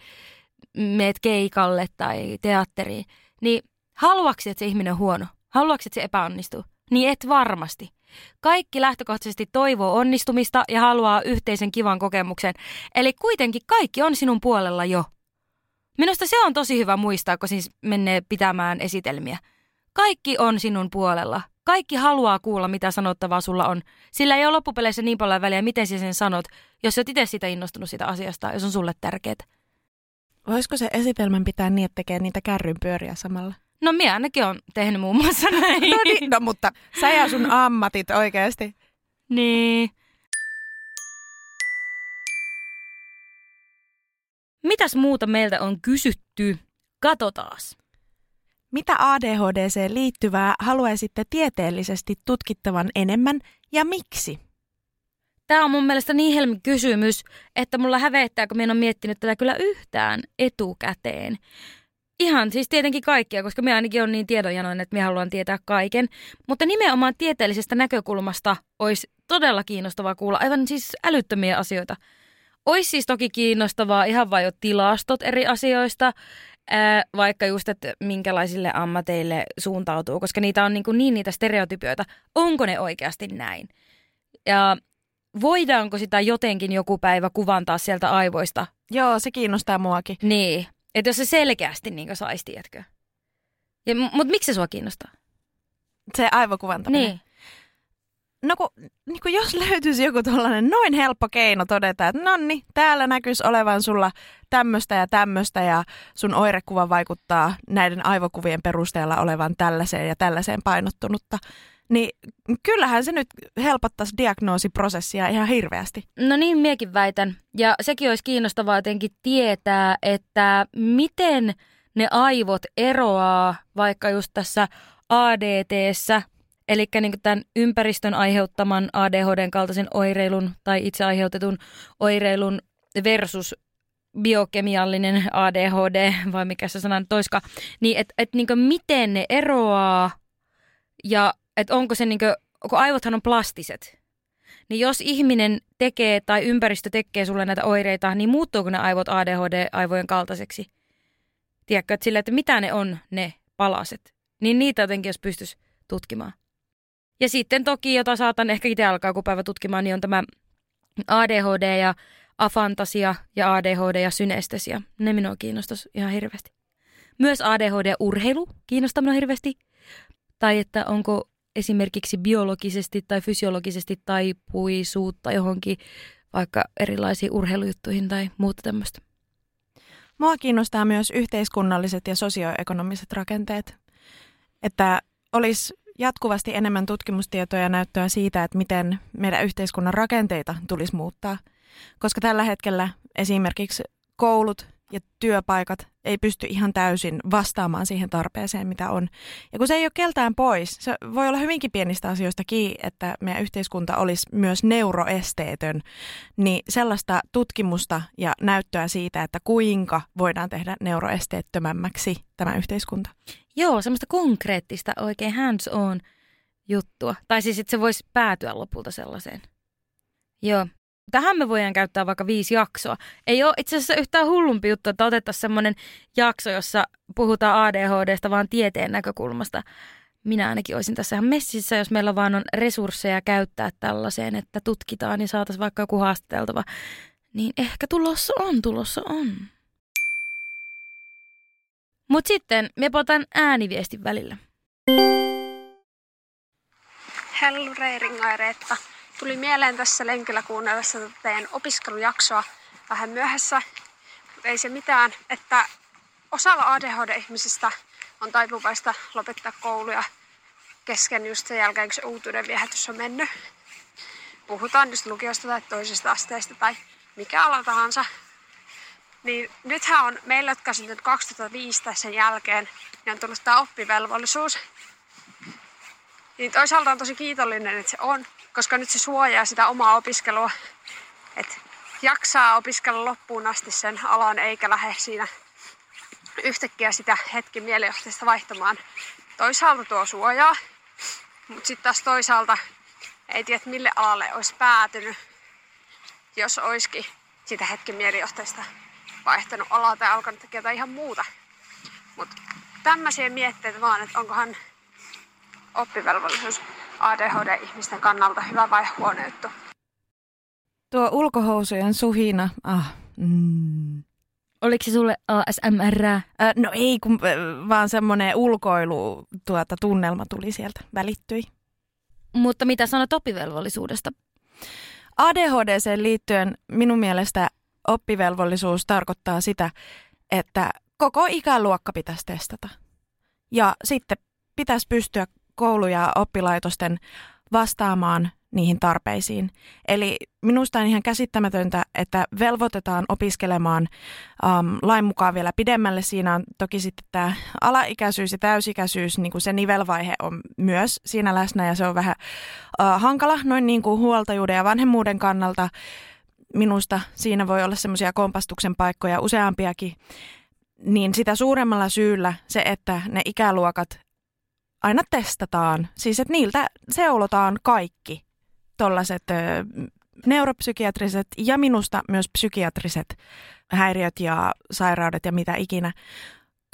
meet keikalle tai teatteriin, niin haluaksi, että se ihminen on huono? Haluaksi, että se epäonnistuu? Niin et varmasti. Kaikki lähtökohtaisesti toivoo onnistumista ja haluaa yhteisen kivan kokemuksen. Eli kuitenkin kaikki on sinun puolella jo. Minusta se on tosi hyvä muistaa, kun siis menee pitämään esitelmiä. Kaikki on sinun puolella. Kaikki haluaa kuulla, mitä sanottavaa sulla on. Sillä ei ole loppupeleissä niin paljon väliä, miten sinä sen sanot, jos olet itse sitä innostunut sitä asiasta, jos on sulle tärkeää. Voisiko se esitelmän pitää niin, että tekee niitä kärrynpyöriä samalla? No minä ainakin olen tehnyt muun muassa näin. No mutta sä ja sun ammatit oikeasti. Niin. Mitäs muuta meiltä on kysytty? Katsotaas. Mitä ADHD:seen liittyvää haluaisitte tieteellisesti tutkittavan enemmän ja miksi? Tämä on mun mielestä niin helmi kysymys, että mulla hävettää, kun minä en ole miettinyt tätä kyllä yhtään etukäteen. Ihan siis tietenkin kaikkia, koska minä ainakin olen niin tiedonjanoinen, että minä haluan tietää kaiken. Mutta nimenomaan tieteellisestä näkökulmasta olisi todella kiinnostavaa kuulla aivan siis älyttömiä asioita. Olisi siis toki kiinnostavaa ihan vain jo tilastot eri asioista, vaikka just, että minkälaisille ammateille suuntautuu, koska niitä on niin niitä stereotypioita. Onko ne oikeasti näin? Ja voidaanko sitä jotenkin joku päivä kuvantaa sieltä aivoista? Joo, se kiinnostaa muakin. Niin, että jos se selkeästi saisi, tiedätkö? Mutta miksi se sua kiinnostaa? Se aivokuvantaminen. Niin. No kun jos löytyisi joku tollainen noin helppo keino todeta, että nonni, täällä näkyisi olevan sulla tämmöistä ja sun oirekuva vaikuttaa näiden aivokuvien perusteella olevan tällaiseen ja tällaiseen painottunutta, niin kyllähän se nyt helpottaisi diagnoosiprosessia ihan hirveästi. No niin, miekin väitän. Ja sekin olisi kiinnostavaa jotenkin tietää, että miten ne aivot eroaa vaikka just tässä ADT:ssä, eli niin tämän ympäristön aiheuttaman ADHDn kaltaisen oireilun tai itse aiheutetun oireilun versus biokemiallinen ADHD, vai mikä se sana nyt oiskaan, niin että niin miten ne eroaa ja että onko se, kun aivothan on plastiset, niin jos ihminen tekee tai ympäristö tekee sulle näitä oireita, niin muuttuuko ne aivot ADHD-aivojen kaltaiseksi? Tiedätkö, että sillä, että mitä ne on ne palaset, niin niitä jotenkin jos pystyisi tutkimaan. Ja sitten toki, jota saatan ehkä itse alkaa joku päivä tutkimaan, niin on tämä ADHD ja afantasia ja ADHD ja synestesia. Ne minua kiinnostaisi ihan hirveästi. Myös ADHD ja urheilu kiinnostaa minua hirveästi. Tai että onko esimerkiksi biologisesti tai fysiologisesti taipuisuutta johonkin vaikka erilaisiin urheilujuttuihin tai muuta tämmöistä. Mua kiinnostaa myös yhteiskunnalliset ja sosioekonomiset rakenteet. Että olisi jatkuvasti enemmän tutkimustietoja ja näyttöä siitä, että miten meidän yhteiskunnan rakenteita tulisi muuttaa. Koska tällä hetkellä esimerkiksi koulut ja työpaikat ei pysty ihan täysin vastaamaan siihen tarpeeseen, mitä on. Ja kun se ei ole keltään pois, se voi olla hyvinkin pienistä asioista kiinni, että meidän yhteiskunta olisi myös neuroesteetön, niin sellaista tutkimusta ja näyttöä siitä, että kuinka voidaan tehdä neuroesteettömämmäksi tämä yhteiskunta. Joo, semmoista konkreettista, oikein hands-on juttua. Tai siis, että se voisi päätyä lopulta sellaiseen. Joo. Tähän me voidaan käyttää vaikka 5 jaksoa. Ei ole itse asiassa yhtään hullumpi juttu, että otettaisiin semmoinen jakso, jossa puhutaan ADHDsta vaan tieteen näkökulmasta. Minä ainakin olisin tässä ihan messissä, jos meillä vaan on resursseja käyttää tällaiseen, että tutkitaan ja saataisiin vaikka joku haastateltava. Niin ehkä tulossa on. Mut sitten me potan ääniviestin välillä. Hellurei, Ringa ja Reetta. Tuli mieleen tässä lenkillä kuunnellessa teidän opiskelujaksoa vähän myöhässä, mutta ei se mitään, että osalla ADHD-ihmisistä on taipuvaista lopettaa kouluja kesken just sen jälkeen, kun se uutuuden viehätys on mennyt. Puhutaan just lukiosta tai toisesta asteesta tai mikä ala tahansa. Niin nythän on meillä, jotka on syntynyt 2005 sen jälkeen, niin on tullut tämä oppivelvollisuus. Niin toisaalta on tosi kiitollinen, että se on, koska nyt se suojaa sitä omaa opiskelua, että jaksaa opiskella loppuun asti sen alan eikä lähde siinä yhtäkkiä sitä hetken mielijohteesta vaihtamaan. Toisaalta tuo suojaa, mutta sitten taas toisaalta ei tiedä, mille alalle olisi päätynyt, jos olisikin sitä hetken mielijohteesta vaihtanut alaa tai alkanut tekemään jotain ihan muuta. Mutta tämmöisiä mietteitä vaan, että onkohan oppivelvollisuus ADHD-ihmisten kannalta hyvä vai huono juttu. Tuo ulkohousujen suhina, Oliko se sulle ASMR? No ei, vaan semmoinen ulkoilu tunnelma tuli sieltä, välittyi. Mutta mitä sanot oppivelvollisuudesta? ADHD:seen liittyen minun mielestä oppivelvollisuus tarkoittaa sitä, että koko ikäluokka pitäisi testata. Ja sitten pitäisi pystyä koulu- ja oppilaitosten vastaamaan niihin tarpeisiin. Eli minusta on ihan käsittämätöntä, että velvoitetaan opiskelemaan lain mukaan vielä pidemmälle. Siinä on toki sitten tämä alaikäisyys ja täysikäisyys, niin kuin se nivelvaihe on myös siinä läsnä ja se on vähän hankala noin niin kuin huoltajuuden ja vanhemmuuden kannalta. Minusta siinä voi olla semmoisia kompastuksen paikkoja useampiakin, niin sitä suuremmalla syyllä se, että ne ikäluokat aina testataan, siis että niiltä seulotaan kaikki tollaiset neuropsykiatriset ja minusta myös psykiatriset häiriöt ja sairaudet ja mitä ikinä,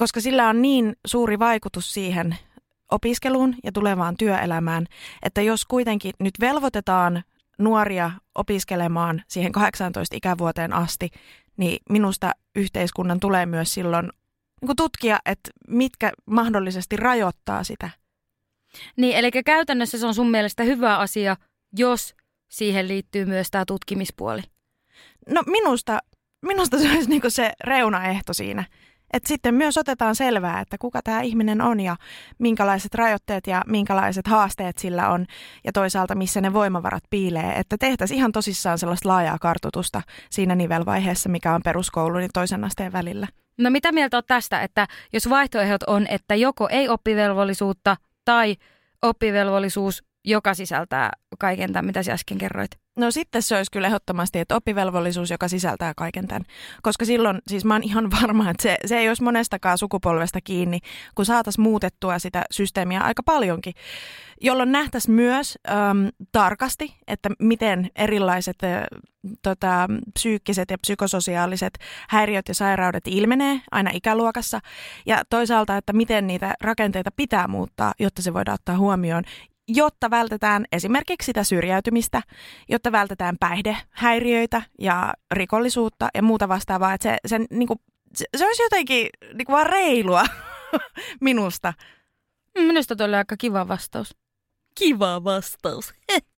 koska sillä on niin suuri vaikutus siihen opiskeluun ja tulevaan työelämään, että jos kuitenkin nyt velvoitetaan nuoria opiskelemaan siihen 18 ikävuoteen asti, niin minusta yhteiskunnan tulee myös silloin niin tutkia, että mitkä mahdollisesti rajoittaa sitä. Niin, eli käytännössä se on sun mielestä hyvä asia, jos siihen liittyy myös tämä tutkimispuoli. No minusta se olisi niin kuin se reunaehto siinä. Että sitten myös otetaan selvää, että kuka tämä ihminen on ja minkälaiset rajoitteet ja minkälaiset haasteet sillä on ja toisaalta missä ne voimavarat piilee. Että tehtäisiin ihan tosissaan sellaista laajaa kartoitusta siinä nivelvaiheessa, mikä on peruskoulun ja toisen asteen välillä. No mitä mieltä olet tästä, että jos vaihtoehdot on, että joko ei oppivelvollisuutta tai oppivelvollisuus, joka sisältää kaiken tämän, mitä sä äsken kerroit? No sitten se olisi kyllä ehdottomasti, että oppivelvollisuus, joka sisältää kaiken tämän. Koska silloin, siis mä oon ihan varma, että se ei olisi monestakaan sukupolvesta kiinni, kun saataisiin muutettua sitä systeemiä aika paljonkin, jolloin nähtäisiin myös tarkasti, että miten erilaiset psyykkiset ja psykososiaaliset häiriöt ja sairaudet ilmenee aina ikäluokassa. Ja toisaalta, että miten niitä rakenteita pitää muuttaa, jotta se voidaan ottaa huomioon, jotta vältetään esimerkiksi sitä syrjäytymistä, jotta vältetään päihdehäiriöitä ja rikollisuutta ja muuta vastaavaa. Että se olisi jotenkin niin kuin vaan reilua minusta. Minusta toi oli aika kiva vastaus. Kiva vastaus.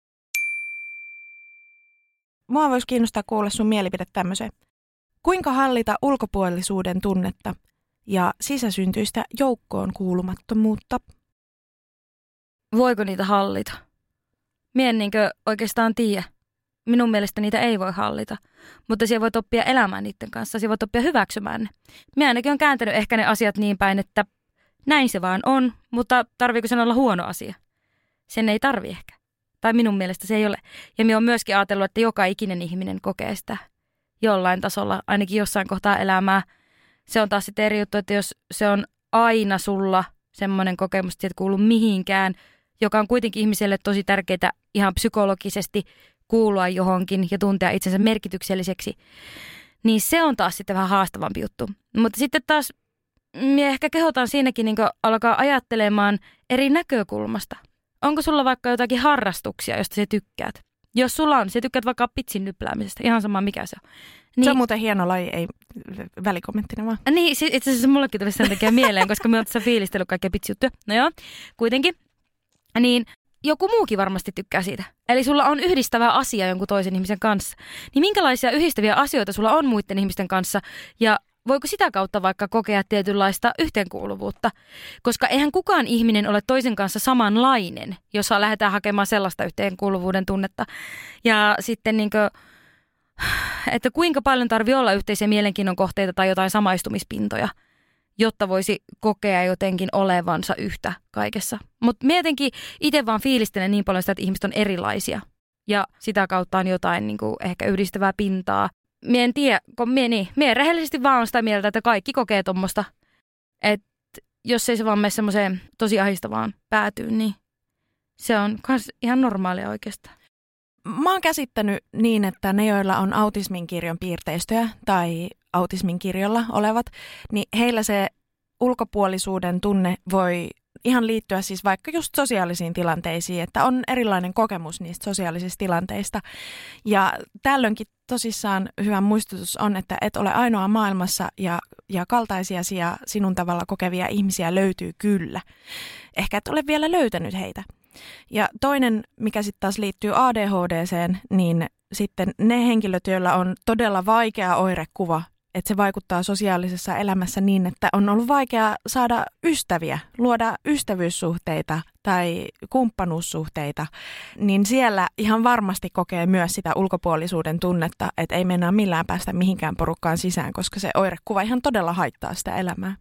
Mua voisi kiinnostaa kuulla sun mielipide tämmöiseen. Kuinka hallita ulkopuolisuuden tunnetta ja sisäsyntyistä joukkoon kuulumattomuutta? Voiko niitä hallita? Mie en oikeastaan tiedä. Minun mielestä niitä ei voi hallita, mutta siellä voit oppia elämään niiden kanssa, siellä voit oppia hyväksymään ne. Mie ainakin on kääntänyt ehkä ne asiat niin päin, että näin se vaan on, mutta tarviiko sen olla huono asia? Sen ei tarvi ehkä. Tai minun mielestä se ei ole. Ja minä olen myöskin ajatellut, että joka ikinen ihminen kokee sitä jollain tasolla, ainakin jossain kohtaa elämää. Se on taas sitten eri juttu, että jos se on aina sulla semmoinen kokemus, että et kuulu mihinkään, joka on kuitenkin ihmiselle tosi tärkeää ihan psykologisesti kuulua johonkin ja tuntea itsensä merkitykselliseksi, niin se on taas sitten vähän haastavampi juttu. Mutta sitten taas minä ehkä kehotan siinäkin niin alkaa ajattelemaan eri näkökulmasta. Onko sulla vaikka jotakin harrastuksia, josta sä tykkäät? Jos sulla on, sä tykkäät vaikka pitsin nypläämisestä, ihan sama mikä se on. Niin, se on muuten hieno laji, ei välikommenttina vaan. Niin, itse asiassa mullekin tuli sen takia mieleen, koska me oon tässä fiilistellyt kaikkia pitsijuttuja. No joo, kuitenkin. Niin joku muukin varmasti tykkää siitä. Eli sulla on yhdistävä asia jonkun toisen ihmisen kanssa. Niin minkälaisia yhdistäviä asioita sulla on muiden ihmisten kanssa ja voiko sitä kautta vaikka kokea tietynlaista yhteenkuuluvuutta? Koska eihän kukaan ihminen ole toisen kanssa samanlainen, jos lähdetään hakemaan sellaista yhteenkuuluvuuden tunnetta. Ja sitten että kuinka paljon tarvii olla yhteisiä mielenkiinnon kohteita tai jotain samaistumispintoja, jotta voisi kokea jotenkin olevansa yhtä kaikessa. Mutta mietinkin itse vaan fiilistelen niin paljon sitä, että ihmiset on erilaisia. Ja sitä kautta on jotain ehkä yhdistävää pintaa. Mie en tiedä, kun mie rehellisesti vaan on sitä mieltä, että kaikki kokee tuommoista. Että jos ei se vaan mene semmoiseen tosi ahdistavaan päätyyn, niin se on kans ihan normaalia oikeastaan. Mä oon käsittänyt niin, että ne, joilla on autismin kirjon piirteistöjä tai autismin kirjolla olevat, niin heillä se ulkopuolisuuden tunne voi ihan liittyä siis vaikka just sosiaalisiin tilanteisiin, että on erilainen kokemus niistä sosiaalisista tilanteista. Ja tällöinkin tosissaan hyvä muistutus on, että et ole ainoa maailmassa ja kaltaisiasi ja sinun tavalla kokevia ihmisiä löytyy kyllä. Ehkä et ole vielä löytänyt heitä. Ja toinen, mikä sitten taas liittyy ADHD:seen, niin sitten ne henkilöt, joilla on todella vaikea oirekuva, että se vaikuttaa sosiaalisessa elämässä niin, että on ollut vaikea saada ystäviä, luoda ystävyyssuhteita tai kumppanuussuhteita, niin siellä ihan varmasti kokee myös sitä ulkopuolisuuden tunnetta, että ei mennä millään päästä mihinkään porukkaan sisään, koska se oirekuva ihan todella haittaa sitä elämää.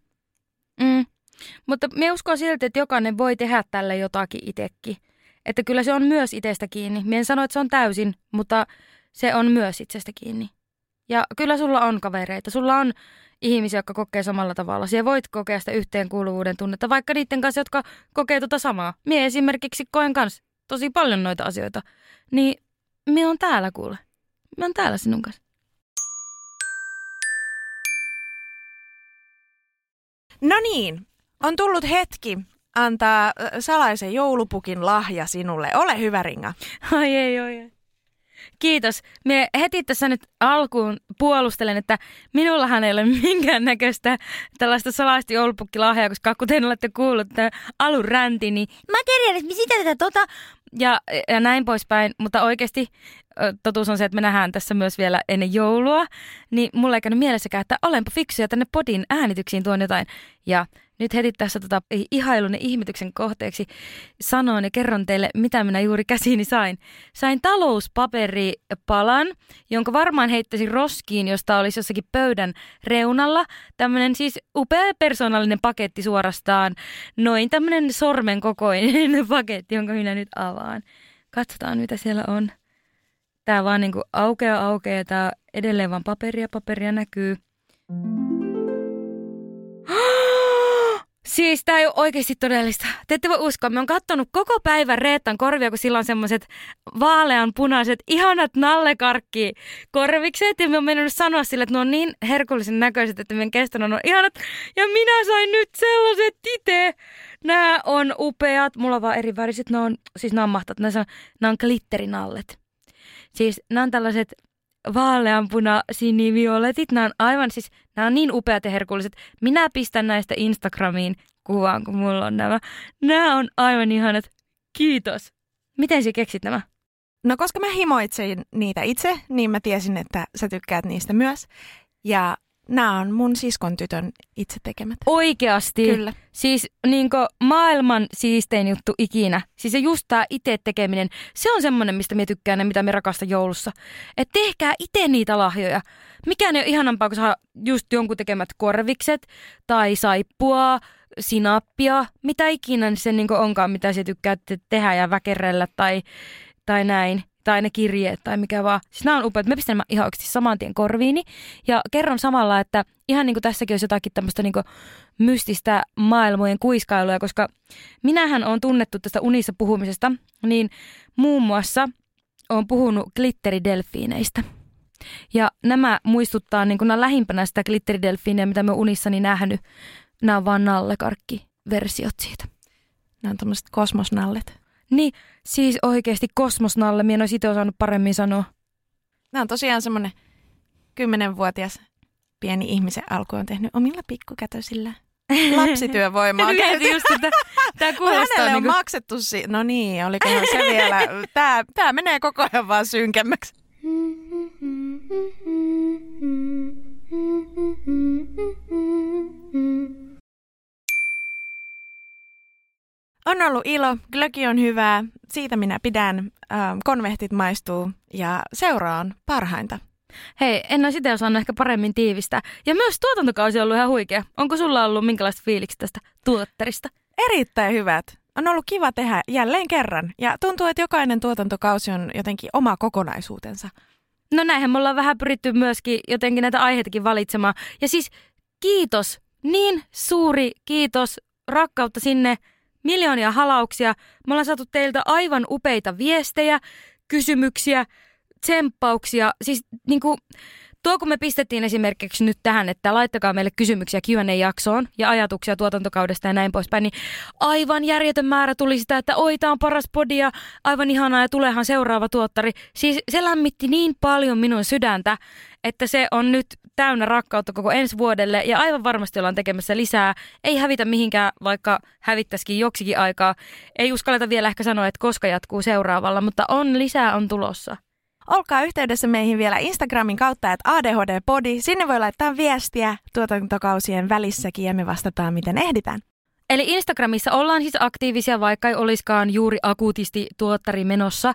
Mutta me uskon silti, että jokainen voi tehdä tälle jotakin itsekin. Että kyllä se on myös itsestä kiinni. Mie en sano, että se on täysin, mutta se on myös itsestä kiinni. Ja kyllä sulla on kavereita, sulla on ihmisiä, jotka kokee samalla tavalla. Siellä voit kokea sitä yhteenkuuluvuuden tunnetta, vaikka niiden kanssa, jotka kokee tuota samaa. Mie esimerkiksi koen kanssa tosi paljon noita asioita. Niin mie on täällä kuule. Mie on täällä sinun kanssa. No niin, on tullut hetki antaa salaisen joulupukin lahja sinulle. Ole hyvä, Ringa. Ai ei. Kiitos. Mie heti tässä nyt alkuun puolustelen, että minullahan ei ole minkäännäköistä tällaista salaista joulupukkilahjaa, koska kuten olette kuullut tämän alun ränti, niin mä kerron, että sitä tätä ja näin poispäin. Mutta oikeasti totuus on se, että me nähdään tässä myös vielä ennen joulua, niin mulla ei käynyt mielessäkään, että olenpa fiksuja tänne podin äänityksiin tuon jotain. Ja nyt heti tässä ihailun ja ihmetyksen kohteeksi sanon ja kerron teille, mitä minä juuri käsiini sain. Sain talouspaperipalan, jonka varmaan heittäisin roskiin, josta olisi jossakin pöydän reunalla. Tämmöinen siis upea persoonallinen paketti suorastaan. Noin tämmöinen sormen kokoinen paketti, jonka minä nyt avaan. Katsotaan, mitä siellä on. Tää vaan niinku aukeaa. Tää edelleen vaan paperia näkyy. Siis tää ei ole oikeasti todellista. Te ette voi uskoa. Mä oon kattonut koko päivän Reettan korvia, kun sillä on semmoset vaaleanpunaiset, ihanat nallekarkkikorvikset. Ja mä oon mennyt sanoa sille, että ne on niin herkullisen näköiset, että mä en kestänyt, ne on ihanat. Ja minä sain nyt sellaiset itse. Nää on upeat. Mulla on vaan eri väriset. Nää on mahtavat. Nää on glitterinallet. Siis nää on tällaiset vaaleanpuna sinivioletit. Nää on niin upeat ja herkulliset. Minä pistän näistä Instagramiin kuvaan, kun mulla on nämä. Nää on aivan ihanat. Kiitos. Miten sä keksit nämä? No koska mä himoitsin niitä itse, niin mä tiesin, että sä tykkäät niistä myös. Ja nämä on mun siskon tytön itse tekemät. Oikeasti? Kyllä. Siis niinkö maailman siistein juttu ikinä. Siis just tää itse tekeminen, se on semmoinen, mistä me tykkään ja mitä me rakastan joulussa. Että tehkää itse niitä lahjoja. Mikään ei ole ihanampaa, kun saa just jonkun tekemät korvikset tai saippua, sinappia, mitä ikinä se niinkö onkaan, mitä sä tykkäät tehdä ja väkerellä tai näin. Tai ne kirjeet tai mikä vaan. Siis nämä on upeat. Mä pistän ihan oikeasti saman tien korviini. Ja kerron samalla, että ihan niin kuin tässäkin olisi jotakin tämmöistä niin kuin mystistä maailmojen kuiskailua, koska minähän on tunnettu tästä unissa puhumisesta, niin muun muassa olen puhunut glitteridelfiineistä. Ja nämä muistuttaa, niin kuin nämä lähimpänä sitä glitteridelfiineä, mitä mä unissani nähnyt. Nämä on vaan nallekarkkiversiot siitä. Nämä on tämmöiset kosmosnallet. Niin, siis oikeasti kosmosnalle. Minä en olisi itse osannut paremmin sanoa. Nämä on tosiaan semmoinen 10-vuotias pieni ihmisen alku on tehnyt omilla pikkukätösillä. Lapsityövoimaa käytetty. Just, että tämä kuulostaa hänelle niin kuin on maksettu no niin, olikohan se vielä. Tämä menee koko ajan vaan synkemmäksi. On ollut ilo, glögi on hyvää, siitä minä pidän, konvehtit maistuu ja seura on parhainta. Hei, en ole sitä osannut ehkä paremmin tiivistää. Ja myös tuotantokausi on ollut ihan huikea. Onko sulla ollut minkälaista fiiliksi tästä tuotterista? Erittäin hyvät. On ollut kiva tehdä jälleen kerran ja tuntuu, että jokainen tuotantokausi on jotenkin oma kokonaisuutensa. No näinhän me ollaan vähän pyritty myöskin jotenkin näitä aiheitakin valitsemaan. Ja siis kiitos, niin suuri kiitos, rakkautta sinne. Miljoonia halauksia. Me ollaan saatu teiltä aivan upeita viestejä, kysymyksiä, tsemppauksia. Siis niinku, kun me pistettiin esimerkiksi nyt tähän, että laittakaa meille kysymyksiä Q&A-jaksoon ja ajatuksia tuotantokaudesta ja näin poispäin, niin aivan järjetön määrä tuli sitä, että oi, tää on paras podi ja aivan ihanaa ja tuleehan seuraava tuottari. Siis se lämmitti niin paljon minun sydäntä, että se on nyt täynnä rakkautta koko ensi vuodelle ja aivan varmasti ollaan tekemässä lisää. Ei hävitä mihinkään, vaikka hävittäisikin joksikin aikaa. Ei uskalleta vielä ehkä sanoa, että koska jatkuu seuraavalla, mutta lisää on tulossa. Olkaa yhteydessä meihin vielä Instagramin kautta, että ADHD-podi. Sinne voi laittaa viestiä tuotantokausien välissäkin ja me vastataan, miten ehditään. Eli Instagramissa ollaan siis aktiivisia, vaikka ei olisikaan juuri akuutisti tuottari menossa.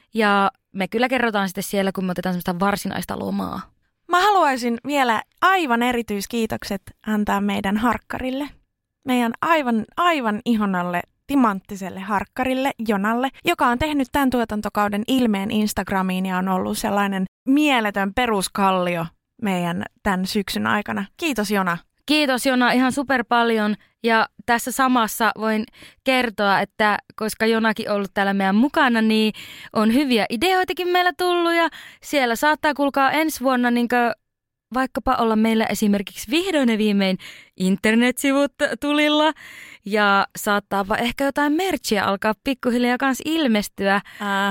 Ja me kyllä kerrotaan sitten siellä, kun me otetaan semmoista varsinaista lomaa. Mä haluaisin vielä aivan erityiskiitokset antaa meidän harkkarille. Meidän aivan ihanalle timanttiselle harkkarille Jonalle, joka on tehnyt tämän tuotantokauden ilmeen Instagramiin ja on ollut sellainen mieletön peruskallio meidän tämän syksyn aikana. Kiitos Jona. Kiitos Jona ihan super paljon ja tässä samassa voin kertoa, että koska Jonakin on ollut täällä meidän mukana, niin on hyviä ideoitakin meillä tullut ja siellä saattaa kuulkaa ensi vuonna vaikkapa olla meillä esimerkiksi vihdoin ja viimein internetsivut tulilla ja saattaapa ehkä jotain merchia alkaa pikkuhiljaa kans ilmestyä.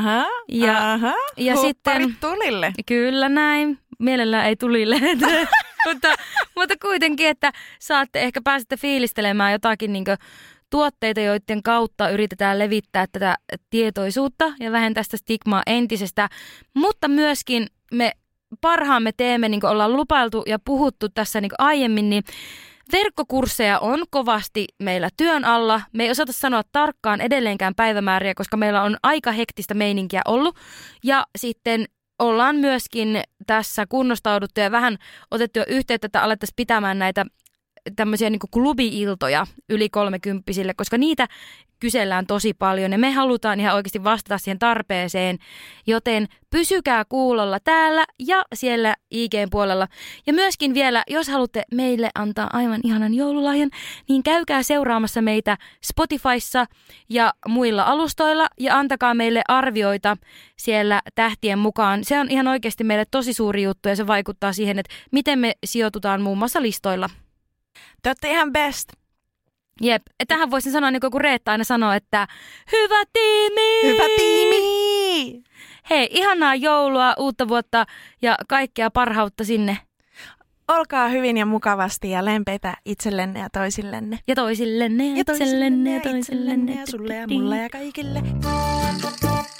Ja sitten tulille. Kyllä näin. Mielellään ei tulille. mutta kuitenkin, että pääsette fiilistelemään jotakin niinku tuotteita, joiden kautta yritetään levittää tätä tietoisuutta ja vähentää sitä stigmaa entisestä, mutta myöskin me parhaamme teemme, niin kuin ollaan lupailtu ja puhuttu tässä niin kuin aiemmin, niin verkkokursseja on kovasti meillä työn alla. Me ei osata sanoa tarkkaan edelleenkään päivämääriä, koska meillä on aika hektistä meininkiä ollut. Ja sitten ollaan myöskin tässä kunnostauduttu ja vähän otettu jo yhteyttä, että alettaisiin pitämään näitä tämmöisiä niin kuin klubi-iltoja yli 30-vuotiaille, koska niitä kysellään tosi paljon ja me halutaan ihan oikeasti vastata siihen tarpeeseen, joten pysykää kuulolla täällä ja siellä IG-puolella. Ja myöskin vielä, jos haluatte meille antaa aivan ihanan joululahjan, niin käykää seuraamassa meitä Spotifyssa ja muilla alustoilla ja antakaa meille arvioita siellä tähtien mukaan. Se on ihan oikeasti meille tosi suuri juttu ja se vaikuttaa siihen, että miten me sijoitutaan muun muassa listoilla. Te olette ihan best. Jep. Tähän voisin sanoa, niin kuin Reetta aina sanoo, että hyvä tiimi! Hyvä tiimi! Hei, ihanaa joulua, uutta vuotta ja kaikkea parhautta sinne. Olkaa hyvin ja mukavasti ja lempeitä itsellenne ja toisillenne. Ja toisillenne ja itsellenne ja toisillenne. Ja sulle ja mulle ja kaikille.